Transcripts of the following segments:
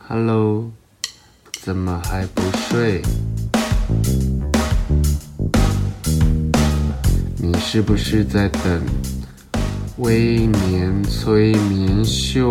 Hello， 怎么还不睡？你是不是在等微眠催眠秀？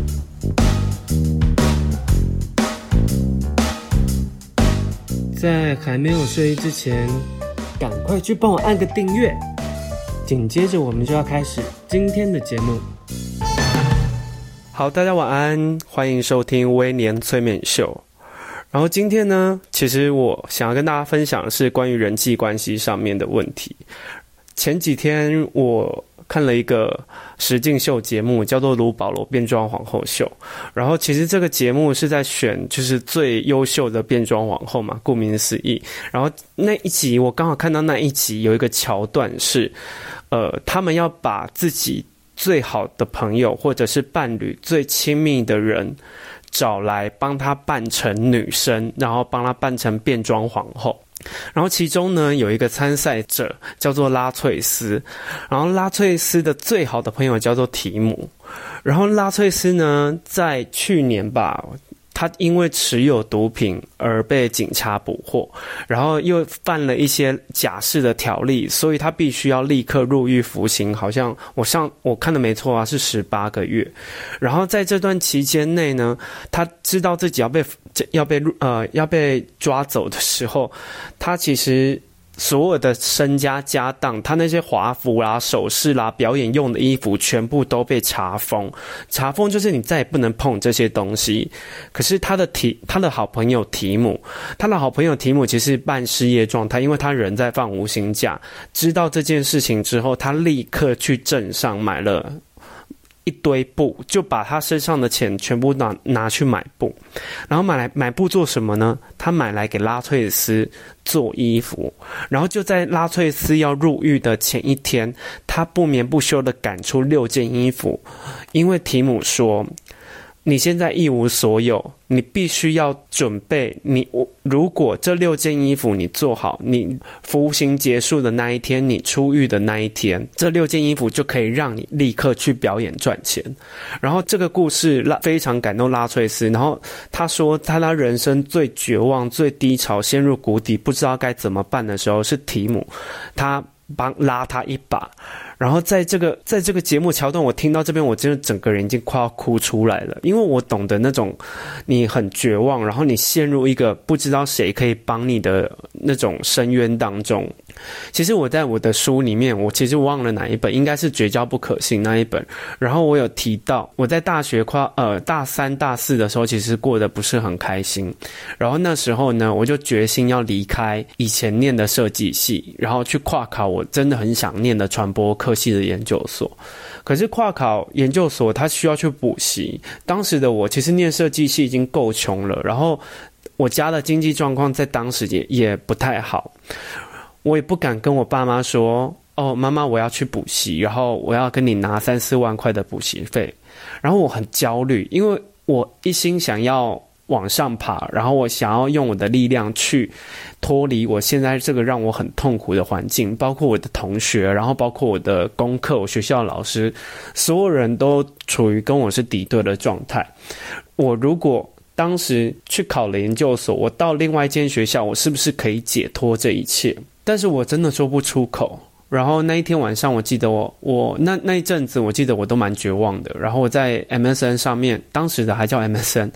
在还没有睡之前，赶快去帮我按个订阅。紧接着我们就要开始今天的节目。好，大家晚安，欢迎收听微年催眠秀。然后今天呢，其实我想要跟大家分享的是关于人际关系上面的问题。前几天我看了一个实境秀节目，叫做卢保罗变装皇后秀。然后其实这个节目是在选就是最优秀的变装皇后嘛，顾名思义。然后那一集我刚好看到那一集有一个桥段是，他们要把自己最好的朋友或者是伴侣最亲密的人找来帮他扮成女生，然后帮他扮成变装皇后。然后其中呢有一个参赛者叫做拉翠丝，然后拉翠丝的最好的朋友叫做提姆。然后拉翠丝呢在去年吧，他因为持有毒品而被警察捕获，然后又犯了一些假释的条例，所以他必须要立刻入狱服刑，好像我看的没错啊，是18个月。然后在这段期间内呢，他知道自己要被抓走的时候，他其实所有的身家家当，他那些华服啦、首饰啦、表演用的衣服全部都被查封。查封就是你再也不能碰这些东西。可是他的好朋友提姆其实半失业状态，因为他人在放无薪假。知道这件事情之后，他立刻去镇上买了一堆布，就把他身上的钱全部拿去买布。然后买布做什么呢？他买来给拉翠丝做衣服。然后就在拉翠丝要入狱的前一天，他不眠不休地赶出6件衣服。因为提姆说，你现在一无所有，你必须要准备如果这6件衣服你做好，你服刑结束的那一天，你出狱的那一天，这6件衣服就可以让你立刻去表演赚钱。然后这个故事非常感动拉翠丝。然后他说他人生最绝望、最低潮、陷入谷底，不知道该怎么办的时候，是提姆他拉他一把。然后在这个节目桥段，我听到这边，我真的整个人已经快要哭出来了，因为我懂得那种你很绝望，然后你陷入一个不知道谁可以帮你的那种深渊当中。其实我在我的书里面，我其实忘了哪一本，应该是《绝交不可信》那一本。然后我有提到，我在大学大3、大4的时候，其实过得不是很开心。然后那时候呢，我就决心要离开以前念的设计系，然后去跨考我真的很想念的传播科系的研究所。可是跨考研究所它需要去补习，当时的我其实念设计系已经够穷了，然后我家的经济状况在当时也不太好。我也不敢跟我爸妈说，妈妈我要去补习，然后我要跟你拿3、4万块的补习费。然后我很焦虑，因为我一心想要往上爬，然后我想要用我的力量去脱离我现在这个让我很痛苦的环境，包括我的同学，然后包括我的功课，我学校的老师，所有人都处于跟我是敌对的状态。我如果当时去考了研究所，我到另外一间学校，我是不是可以解脱这一切？但是我真的说不出口。然后那一天晚上，我记得我那一阵子，我记得我都蛮绝望的。然后我在 MSN 上面，当时的还叫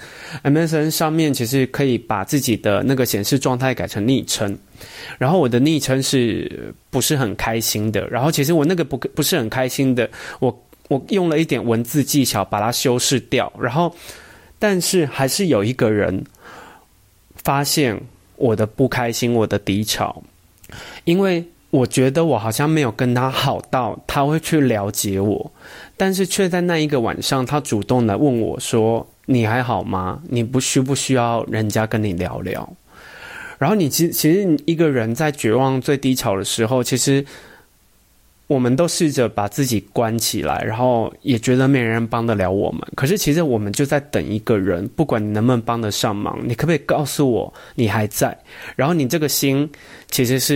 MSN 上面，其实可以把自己的那个显示状态改成昵称。然后我的昵称是不是很开心的？然后其实我那个不是很开心的，我用了一点文字技巧把它修饰掉。然后，但是还是有一个人发现我的不开心，我的低潮。因为我觉得我好像没有跟他好到他会去了解我，但是却在那一个晚上，他主动来问我说，你还好吗？你不需要人家跟你聊聊？然后其实一个人在绝望最低潮的时候，其实我们都试着把自己关起来，然后也觉得没人帮得了我们。可是其实我们就在等一个人，不管你能不能帮得上忙，你可不可以告诉我你还在？然后你这个心其实是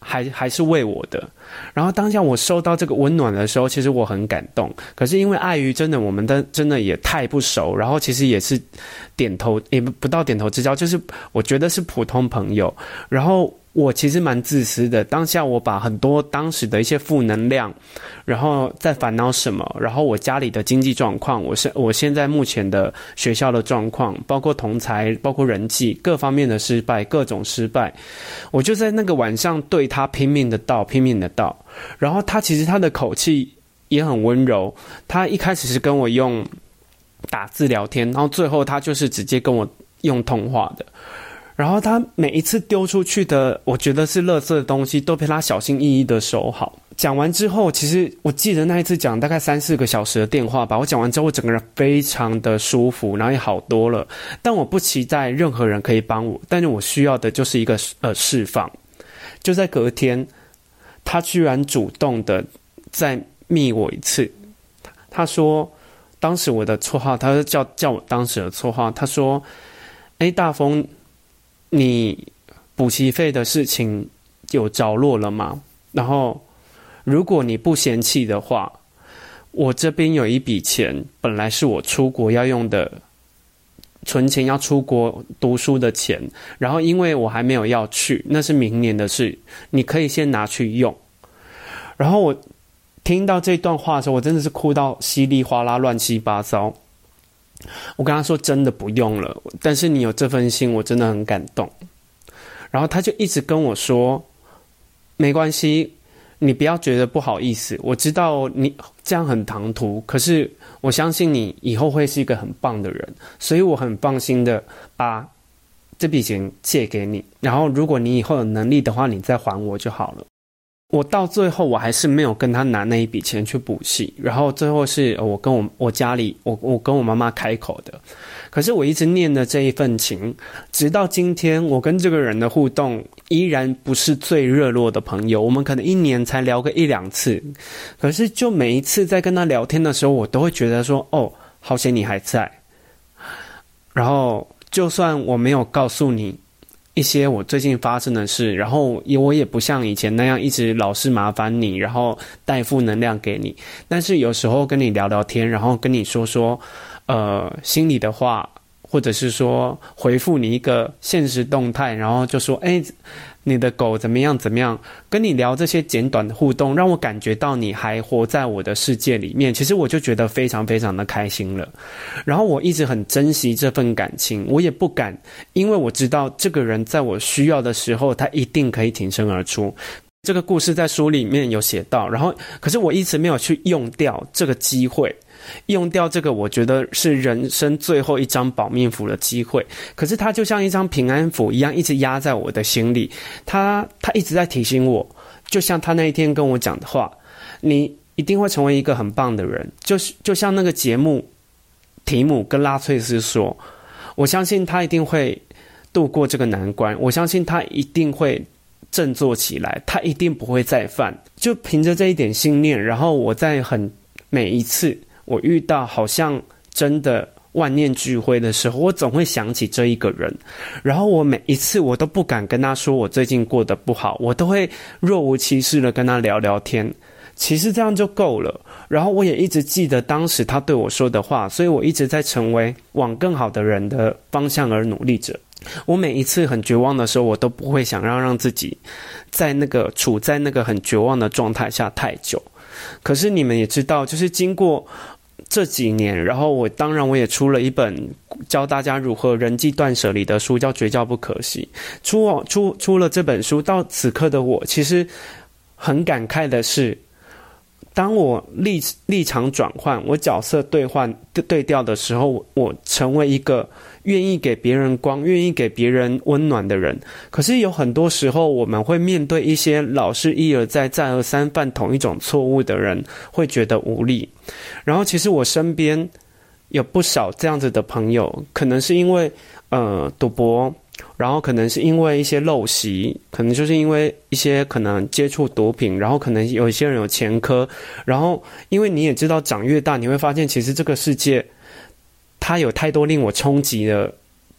还是为我的。然后当下我收到这个温暖的时候，其实我很感动。可是因为碍于真的我们真的也太不熟，然后其实也是点头也不到点头之交，就是我觉得是普通朋友。然后我其实蛮自私的，当下我把很多当时的一些负能量，然后在烦恼什么，然后我家里的经济状况，我现在目前的学校的状况，包括同侪，包括人际各方面的失败，各种失败，我就在那个晚上对他拼命的道。然后他其实他的口气也很温柔，他一开始是跟我用打字聊天，然后最后他就是直接跟我用通话的。然后他每一次丢出去的我觉得是垃圾的东西都被他小心翼翼的收好。讲完之后，其实我记得那一次讲大概3-4个小时的电话吧，我讲完之后我整个人非常的舒服，然后也好多了。但我不期待任何人可以帮我，但是我需要的就是一个释放。就在隔天，他居然主动的再密我一次，他说当时我的绰号，他就叫我当时的绰号，他说大峰，你补习费的事情有着落了吗？然后如果你不嫌弃的话，我这边有一笔钱，本来是我出国要用的，存钱要出国读书的钱，然后因为我还没有要去，那是明年的事，你可以先拿去用。然后我听到这段话的时候，我真的是哭到稀里哗啦乱七八糟。我跟他说真的不用了，但是你有这份心我真的很感动。然后他就一直跟我说没关系，你不要觉得不好意思，我知道你这样很唐突，可是我相信你以后会是一个很棒的人，所以我很放心的把这笔钱借给你，然后如果你以后有能力的话，你再还我就好了。我到最后我还是没有跟他拿那一笔钱去补习，然后最后是我跟我家里我跟我妈妈开口的。可是我一直念的这一份情，直到今天我跟这个人的互动依然不是最热络的朋友，我们可能1年才聊个1-2次，可是就每一次在跟他聊天的时候，我都会觉得说好险你还在。然后就算我没有告诉你一些我最近发生的事，然后我也不像以前那样一直老是麻烦你，然后带负能量给你，但是有时候跟你聊聊天，然后跟你说心里的话，或者是说回复你一个现实动态，然后就说你的狗怎么样，跟你聊这些简短的互动，让我感觉到你还活在我的世界里面，其实我就觉得非常非常的开心了。然后我一直很珍惜这份感情，我也不敢，因为我知道这个人在我需要的时候他一定可以挺身而出。这个故事在书里面有写到，然后可是我一直没有去用掉这个机会，用掉这个我觉得是人生最后一张保命符的机会。可是它就像一张平安符一样，一直压在我的心里，它一直在提醒我，就像他那一天跟我讲的话，你一定会成为一个很棒的人，就像那个节目提姆跟拉翠斯说，我相信他一定会度过这个难关，我相信他一定会振作起来，他一定不会再犯。就凭着这一点信念，然后我在每一次我遇到好像真的万念俱灰的时候，我总会想起这一个人，然后我每一次我都不敢跟他说我最近过得不好，我都会若无其事的跟他聊聊天，其实这样就够了。然后我也一直记得当时他对我说的话，所以我一直在成为往更好的人的方向而努力着。我每一次很绝望的时候，我都不会想让自己处在那个很绝望的状态下太久。可是你们也知道，就是经过这几年，然后当然我也出了一本教大家如何人际断舍离的书，叫《绝交不可惜》。出了这本书，到此刻的我其实很感慨的是，当我立场转换，我角色对调的时候，我成为一个愿意给别人光，愿意给别人温暖的人。可是有很多时候，我们会面对一些老是一而再再而三犯同一种错误的人，会觉得无力。然后其实我身边有不少这样子的朋友，可能是因为赌博，然后可能是因为一些陋习，可能就是因为一些可能接触毒品，然后可能有一些人有前科，然后因为你也知道长越大，你会发现其实这个世界它有太多令我冲击的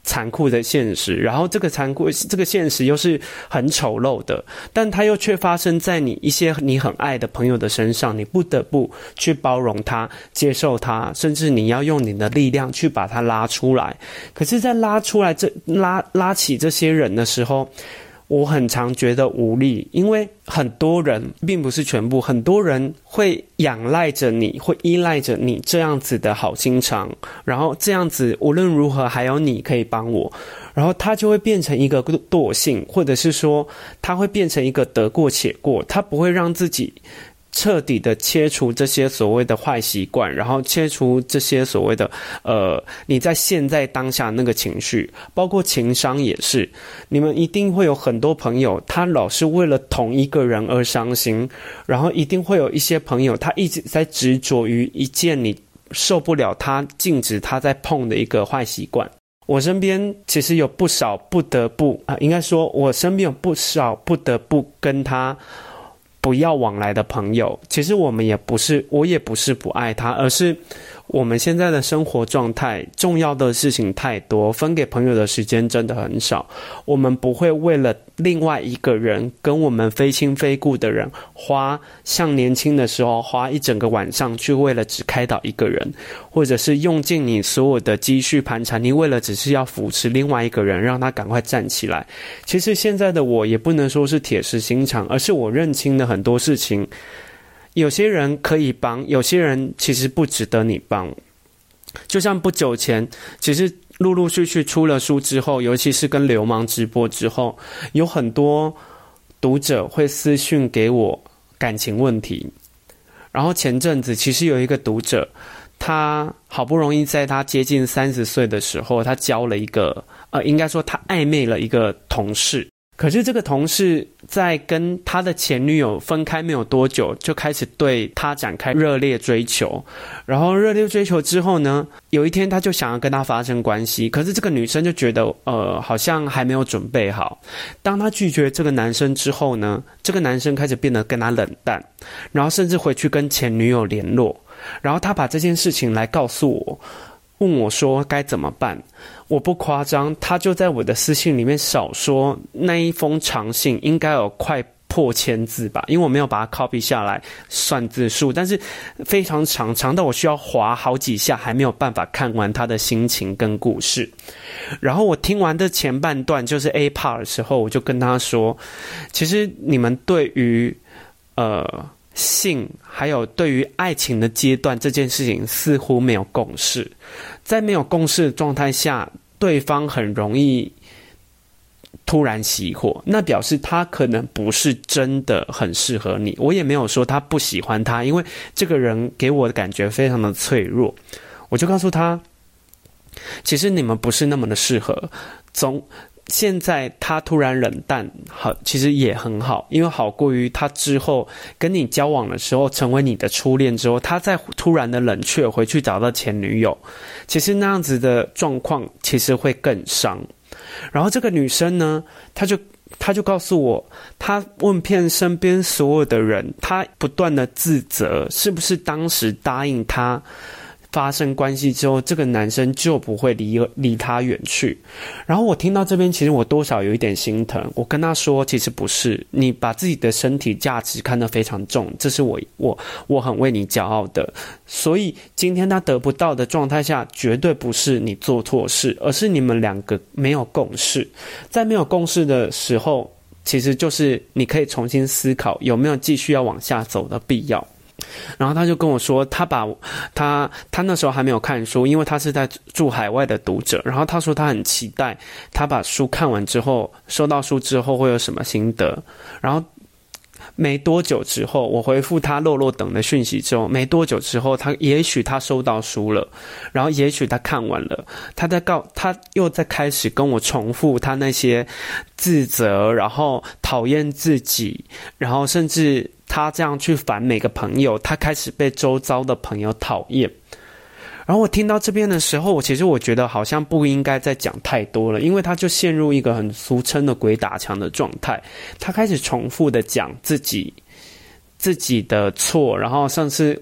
残酷的现实，然后这个现实又是很丑陋的，但它又却发生在一些你很爱的朋友的身上，你不得不去包容它，接受它，甚至你要用你的力量去把它拉出来。可是在拉出来拉起这些人的时候，我很常觉得无力，因为很多人并不是全部，很多人会仰赖着你，会依赖着你这样子的好心肠，然后这样子无论如何还有你可以帮我，然后他就会变成一个惰性，或者是说他会变成一个得过且过，他不会让自己彻底的切除这些所谓的坏习惯，然后切除这些所谓的你在现在当下那个情绪，包括情商也是。你们一定会有很多朋友，他老是为了同一个人而伤心，然后一定会有一些朋友，他一直在执着于一件你受不了他禁止他在碰的一个坏习惯。我身边其实有不少不得不应该说我身边有不少不得不跟他不要往来的朋友，其实我也不是不爱他，而是我们现在的生活状态，重要的事情太多，分给朋友的时间真的很少。我们不会为了另外一个人跟我们非亲非故的人，像年轻的时候花一整个晚上去为了只开导一个人，或者是用尽你所有的积蓄盘缠，你为了只是要扶持另外一个人，让他赶快站起来。其实现在的我也不能说是铁石心肠，而是我认清了很多事情，有些人可以帮，有些人其实不值得你帮。就像不久前，其实陆陆续续出了书之后，尤其是跟流氓直播之后，有很多读者会私讯给我感情问题。然后前阵子其实有一个读者，他好不容易在他接近30岁的时候，他交了一个应该说他暧昧了一个同事。可是这个同事在跟他的前女友分开没有多久，就开始对他展开热烈追求。然后热烈追求之后呢，有一天他就想要跟他发生关系，可是这个女生就觉得好像还没有准备好。当他拒绝这个男生之后呢，这个男生开始变得跟他冷淡，然后甚至回去跟前女友联络。然后他把这件事情来告诉我，问我说该怎么办。我不夸张，他就在我的私信里面少说那一封长信应该有快破1000字吧，因为我没有把它 copy 下来算字数，但是非常长，长到我需要滑好几下还没有办法看完他的心情跟故事。然后我听完这前半段就是 A part 的时候，我就跟他说，其实你们对于性还有对于爱情的阶段这件事情似乎没有共识，在没有共识的状态下，对方很容易突然熄火，那表示他可能不是真的很适合你。我也没有说他不喜欢他，因为这个人给我的感觉非常的脆弱。我就告诉他，其实你们不是那么的适合。现在他突然冷淡，好，其实也很好，因为好过于他之后跟你交往的时候，成为你的初恋之后，他再突然的冷却回去找到前女友，其实那样子的状况其实会更伤。然后这个女生呢，她就告诉我，她问遍身边所有的人，她不断的自责，是不是当时答应她发生关系之后，这个男生就不会离他远去。然后我听到这边，其实我多少有一点心疼。我跟他说，其实不是，你把自己的身体价值看得非常重，这是我很为你骄傲的。所以今天他得不到的状态下，绝对不是你做错事，而是你们两个没有共识。在没有共识的时候，其实就是你可以重新思考有没有继续要往下走的必要。然后他就跟我说，他那时候还没有看书，因为他是在住海外的读者。然后他说他很期待他把书看完之后，收到书之后会有什么心得。然后没多久之后，我回复他落等的讯息之后，没多久之后，也许他收到书了，然后也许他看完了，他又在开始跟我重复他那些自责，然后讨厌自己，然后甚至他这样去烦每个朋友，他开始被周遭的朋友讨厌。然后我听到这边的时候，其实我觉得好像不应该再讲太多了，因为他就陷入一个很俗称的鬼打墙的状态。他开始重复的讲自己的错，然后上次我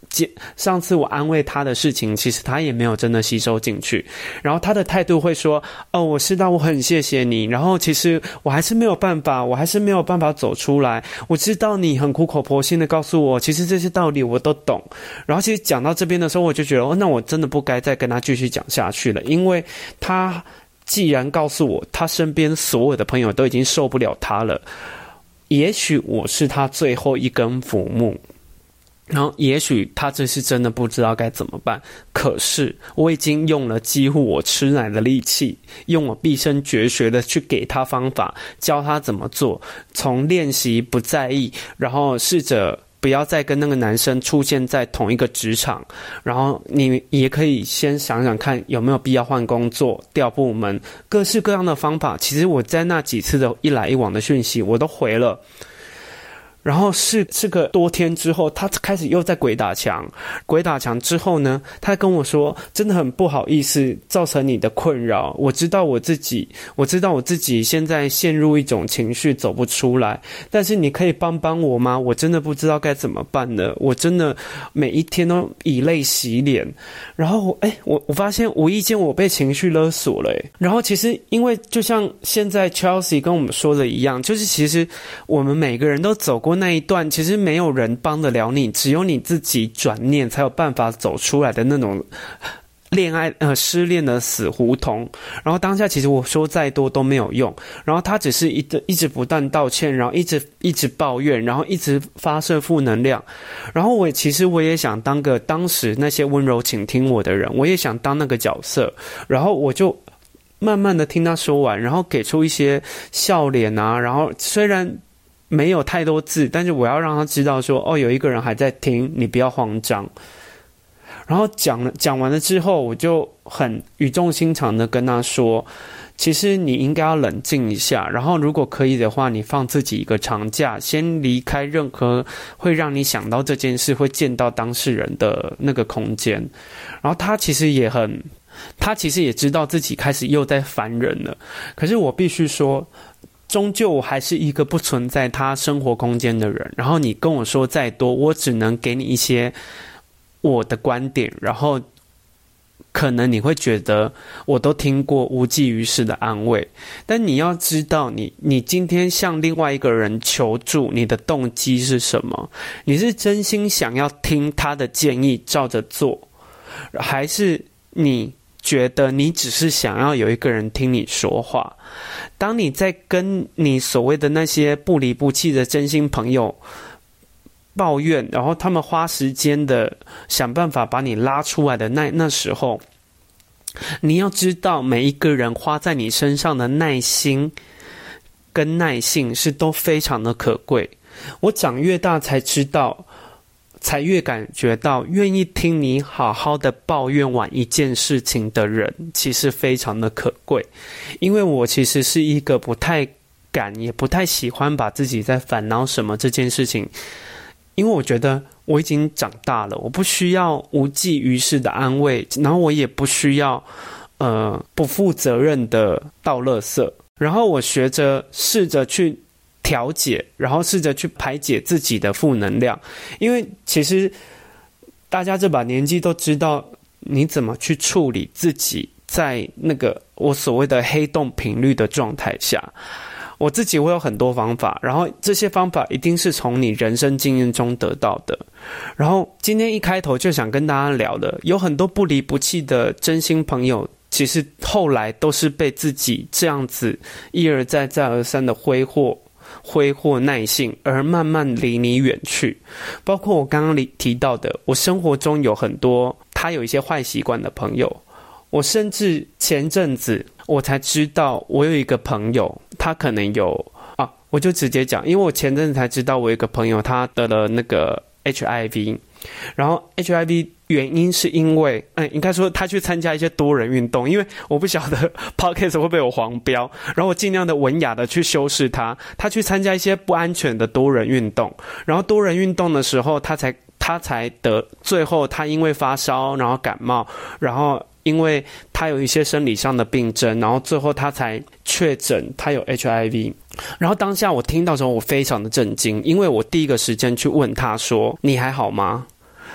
上次我安慰他的事情，其实他也没有真的吸收进去，然后他的态度会说，我知道，我很谢谢你，然后其实我还是没有办法走出来，我知道你很苦口婆心的告诉我，其实这些道理我都懂，然后其实讲到这边的时候，我就觉得那我真的不该再跟他继续讲下去了，因为他既然告诉我他身边所有的朋友都已经受不了他了，也许我是他最后一根浮木，然后也许他这是真的不知道该怎么办，可是我已经用了几乎我吃奶的力气，用我毕生绝学的去给他方法，教他怎么做，从练习不在意，然后试着不要再跟那个男生出现在同一个职场，然后你也可以先想想看有没有必要换工作、调部门，各式各样的方法。其实我在那几次的一来一往的讯息我都回了，然后是个多天之后，他开始又在鬼打墙之后呢，他跟我说真的很不好意思造成你的困扰，我知道我自己现在陷入一种情绪走不出来，但是你可以帮帮我吗？我真的不知道该怎么办了，我真的每一天都以泪洗脸。然后我发现无意间我被情绪勒索了。然后其实因为就像现在 Chelsea 跟我们说的一样，就是其实我们每个人都走过那一段，其实没有人帮得了你，只有你自己转念才有办法走出来的那种失恋的死胡同。然后当下其实我说再多都没有用，然后他只是一直不断道歉，然后一直抱怨，然后一直发射负能量。然后我也想当个当时那些温柔倾听我的人，我也想当那个角色，然后我就慢慢的听他说完，然后给出一些笑脸啊，然后虽然没有太多字，但是我要让他知道说有一个人还在听，你不要慌张。然后讲完了之后，我就很语重心长的跟他说，其实你应该要冷静一下，然后如果可以的话，你放自己一个长假，先离开任何会让你想到这件事会见到当事人的那个空间。然后他其实也知道自己开始又在烦人了，可是我必须说终究我还是一个不存在他生活空间的人，然后你跟我说再多，我只能给你一些我的观点，然后可能你会觉得我都听过无济于事的安慰，但你要知道你今天向另外一个人求助，你的动机是什么？你是真心想要听他的建议照着做，还是你觉得你只是想要有一个人听你说话？当你在跟你所谓的那些不离不弃的真心朋友抱怨，然后他们花时间的想办法把你拉出来的那时候，你要知道每一个人花在你身上的耐心跟耐性是都非常的可贵。我长越大才越感觉到，愿意听你好好的抱怨完一件事情的人其实非常的可贵。因为我其实是一个不太敢也不太喜欢把自己在烦恼什么这件事情，因为我觉得我已经长大了，我不需要无济于事的安慰，然后我也不需要不负责任的倒垃圾。然后我试着去调节，然后试着去排解自己的负能量。因为其实大家这把年纪都知道你怎么去处理自己在那个我所谓的黑洞频率的状态下。我自己会有很多方法，然后这些方法一定是从你人生经验中得到的。然后今天一开头就想跟大家聊的，有很多不离不弃的真心朋友，其实后来都是被自己这样子一而再再而三的挥霍耐性而慢慢离你远去。包括我刚刚提到的，我生活中有很多他有一些坏习惯的朋友，我甚至前阵子我才知道我有一个朋友他可能有我就直接讲，因为我前阵子才知道我有一个朋友他得了那个 HIV， 然后 HIV 原因是因为应该说他去参加一些多人运动，因为我不晓得 Podcast 会被我黄标，然后我尽量的文雅的去修饰他去参加一些不安全的多人运动，然后多人运动的时候他才得，最后他因为发烧然后感冒，然后因为他有一些生理上的病症，然后最后他才确诊他有 HIV。 然后当下我听到的时候我非常的震惊，因为我第一个时间去问他说你还好吗？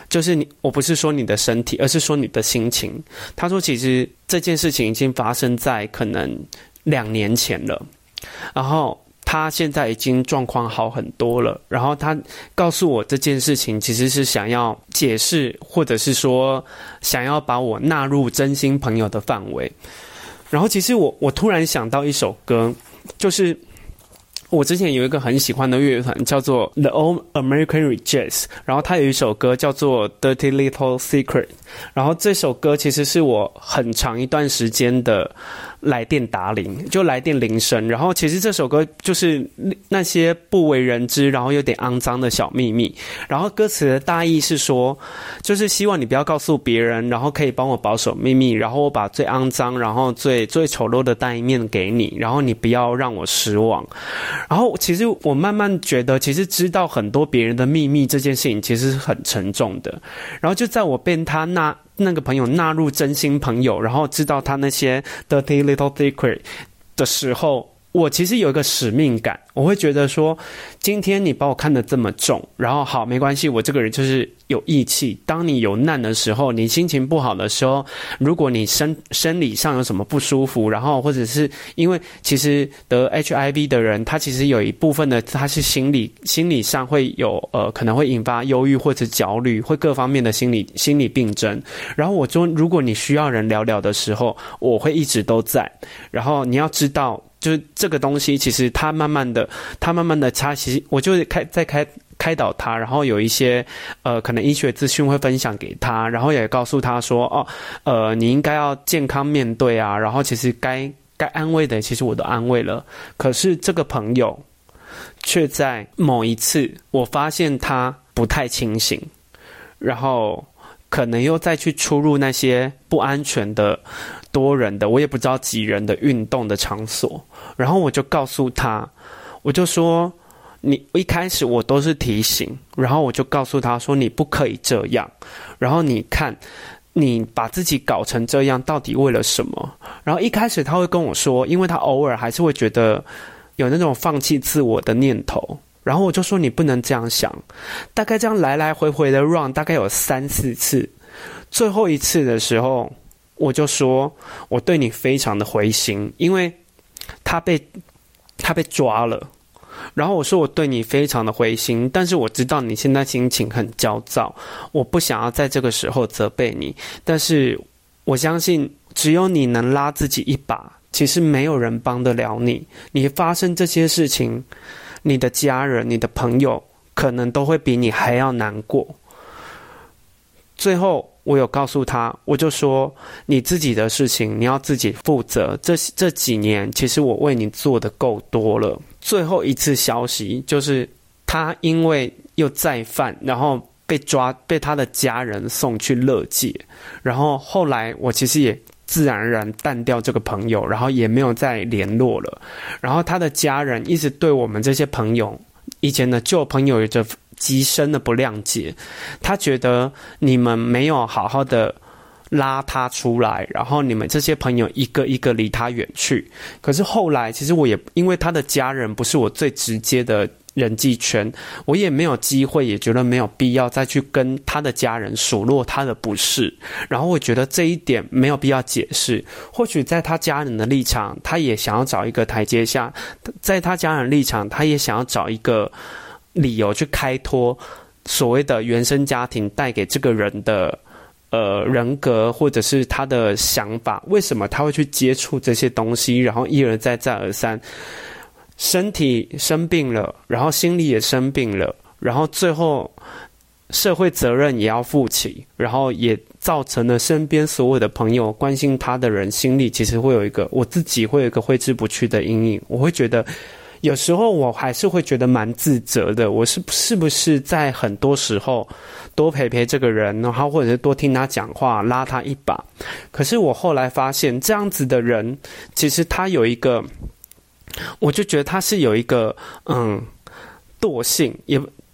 就是我不是说你的身体，而是说你的心情。他说其实这件事情已经发生在可能2年前了，然后他现在已经状况好很多了，然后他告诉我这件事情其实是想要解释，或者是说想要把我纳入真心朋友的范围。然后其实我突然想到一首歌，就是我之前有一个很喜欢的乐团叫做 The All American Jazz， 然后它有一首歌叫做 Dirty Little Secret， 然后这首歌其实是我很长一段时间的来电打铃，就来电铃声。然后其实这首歌就是那些不为人知然后有点肮脏的小秘密，然后歌词的大意是说，就是希望你不要告诉别人，然后可以帮我保守秘密，然后我把最肮脏然后最丑陋的那一面给你，然后你不要让我失望。然后其实我慢慢觉得，其实知道很多别人的秘密这件事情其实是很沉重的。然后就在我被他那个朋友纳入真心朋友，然后知道他那些 dirty little secret 的时候，我其实有一个使命感，我会觉得说，今天你把我看得这么重，然后好，没关系，我这个人就是有义气。当你有难的时候，你心情不好的时候，如果你生理上有什么不舒服，然后或者是因为其实得 HIV 的人，他其实有一部分的他是心理上会有可能会引发忧郁或者焦虑，会各方面的心理病症。然后我说，如果你需要人聊聊的时候，我会一直都在。然后你要知道，就是这个东西，其实他慢慢的，他其实我就开导他，然后有一些可能医学资讯会分享给他，然后也告诉他说，你应该要健康面对啊，然后其实该安慰的，其实我都安慰了。可是这个朋友却在某一次，我发现他不太清醒，然后可能又再去出入那些不安全的多人的，我也不知道几人的运动的场所。然后我就告诉他，我就说，你一开始我都是提醒，然后我就告诉他说，你不可以这样，然后你看你把自己搞成这样到底为了什么。然后一开始他会跟我说，因为他偶尔还是会觉得有那种放弃自我的念头，然后我就说，你不能这样想。大概这样来来回回的 run 大概有3-4次，最后一次的时候我就说，我对你非常的灰心，因为他被抓了。然后我说，我对你非常的灰心，但是我知道你现在心情很焦躁，我不想要在这个时候责备你，但是我相信只有你能拉自己一把，其实没有人帮得了你。你发生这些事情，你的家人你的朋友可能都会比你还要难过。最后我有告诉他，我就说，你自己的事情你要自己负责，这几年其实我为你做的够多了。最后一次消息就是他因为又再犯，然后被他的家人送去勒戒，然后后来我其实也自然而然淡掉这个朋友，然后也没有再联络了。然后他的家人一直对我们这些朋友，以前的旧朋友有着极深的不谅解，他觉得你们没有好好的拉他出来，然后你们这些朋友一个一个离他远去。可是后来其实我也因为他的家人不是我最直接的人际圈，我也没有机会，也觉得没有必要再去跟他的家人数落他的不是。然后我觉得这一点没有必要解释，或许在他家人的立场，他也想要找一个台阶下，在他家人的立场，他也想要找一个理由去开脱所谓的原生家庭带给这个人的人格，或者是他的想法，为什么他会去接触这些东西，然后一而再再而三，身体生病了，然后心理也生病了，然后最后社会责任也要负起，然后也造成了身边所有的朋友关心他的人心里其实会有一个，我自己会有一个挥之不去的阴影。我会觉得有时候我还是会觉得蛮自责的，我是不是在很多时候多陪这个人，然后或者是多听他讲话，拉他一把。可是我后来发现，这样子的人其实他有一个，我就觉得他是有一个惰性，也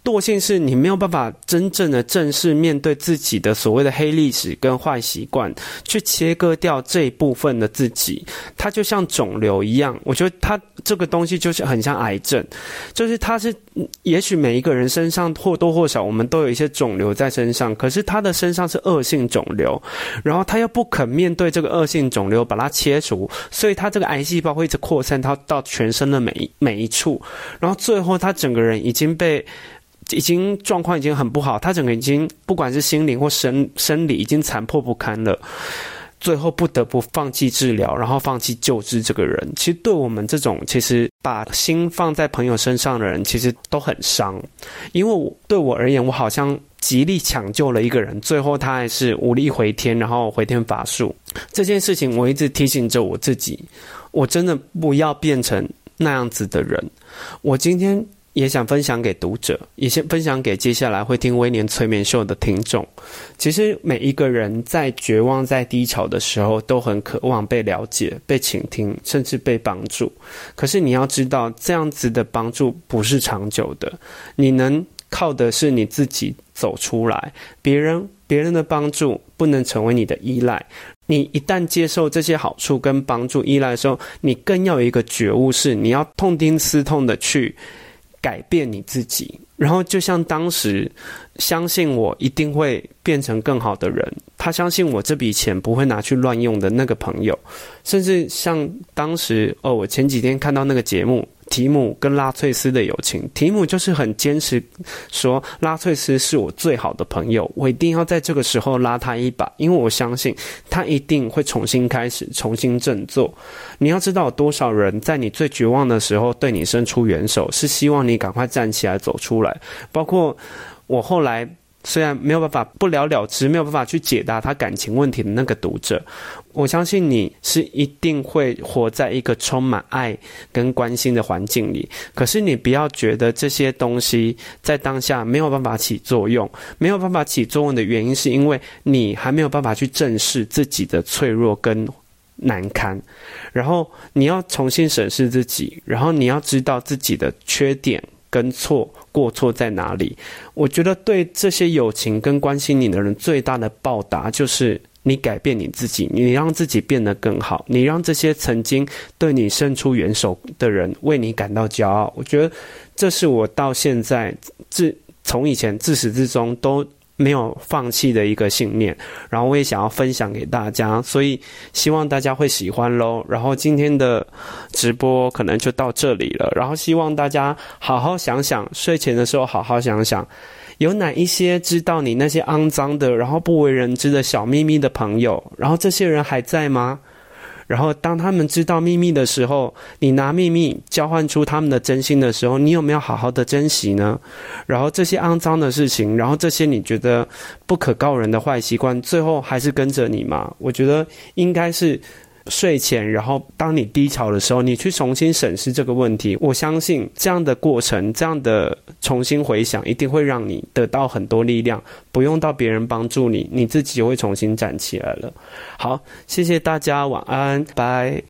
惰性是你没有办法真正的正视面对自己的所谓的黑历史跟坏习惯，去切割掉这一部分的自己。它就像肿瘤一样，我觉得它这个东西就是很像癌症，就是它是也许每一个人身上或多或少我们都有一些肿瘤在身上，可是他的身上是恶性肿瘤，然后他又不肯面对这个恶性肿瘤把它切除，所以他这个癌细胞会一直扩散到全身的每一处，然后最后他整个人已经状况已经很不好，他整个已经不管是心灵或生理已经残破不堪了，最后不得不放弃治疗，然后放弃救治这个人。其实对我们这种其实把心放在朋友身上的人，其实都很伤。因为对我而言，我好像极力抢救了一个人，最后他还是无力回天，然后回天乏术。这件事情我一直提醒着我自己，我真的不要变成那样子的人。我今天也想分享给读者，也先分享给接下来会听威廉催眠秀的听众。其实每一个人在绝望在低潮的时候都很渴望被了解，被倾听，甚至被帮助。可是你要知道，这样子的帮助不是长久的，你能靠的是你自己走出来，别人的帮助不能成为你的依赖。你一旦接受这些好处跟帮助依赖的时候，你更要有一个觉悟，是你要痛定思痛的去改变你自己。然后就像当时相信我一定会变成更好的人，他相信我这笔钱不会拿去乱用的那个朋友，甚至像当时我前几天看到那个节目提姆跟拉翠丝的友情，提姆就是很坚持说拉翠丝是我最好的朋友，我一定要在这个时候拉他一把，因为我相信他一定会重新开始，重新振作。你要知道有多少人在你最绝望的时候对你伸出援手，是希望你赶快站起来走出来。包括我后来虽然没有办法不了了之，没有办法去解答他感情问题的那个读者，我相信你是一定会活在一个充满爱跟关心的环境里。可是你不要觉得这些东西在当下没有办法起作用，没有办法起作用的原因是因为你还没有办法去正视自己的脆弱跟难堪，然后你要重新审视自己，然后你要知道自己的缺点跟过错在哪里。我觉得对这些友情跟关心你的人最大的报答就是你改变你自己，你让自己变得更好，你让这些曾经对你伸出援手的人为你感到骄傲。我觉得这是我到现在从以前自始至终都没有放弃的一个信念，然后我也想要分享给大家，所以希望大家会喜欢咯。然后今天的直播可能就到这里了，然后希望大家好好想想，睡前的时候好好想想，有哪一些知道你那些肮脏的然后不为人知的小秘密的朋友，然后这些人还在吗？然后当他们知道秘密的时候，你拿秘密交换出他们的真心的时候，你有没有好好的珍惜呢？然后这些肮脏的事情，然后这些你觉得不可告人的坏习惯，最后还是跟着你吗？我觉得应该是睡前，然后当你低潮的时候，你去重新审视这个问题。我相信这样的过程，这样的重新回想，一定会让你得到很多力量，不用到别人帮助你，你自己就会重新站起来了。好，谢谢大家，晚安，拜。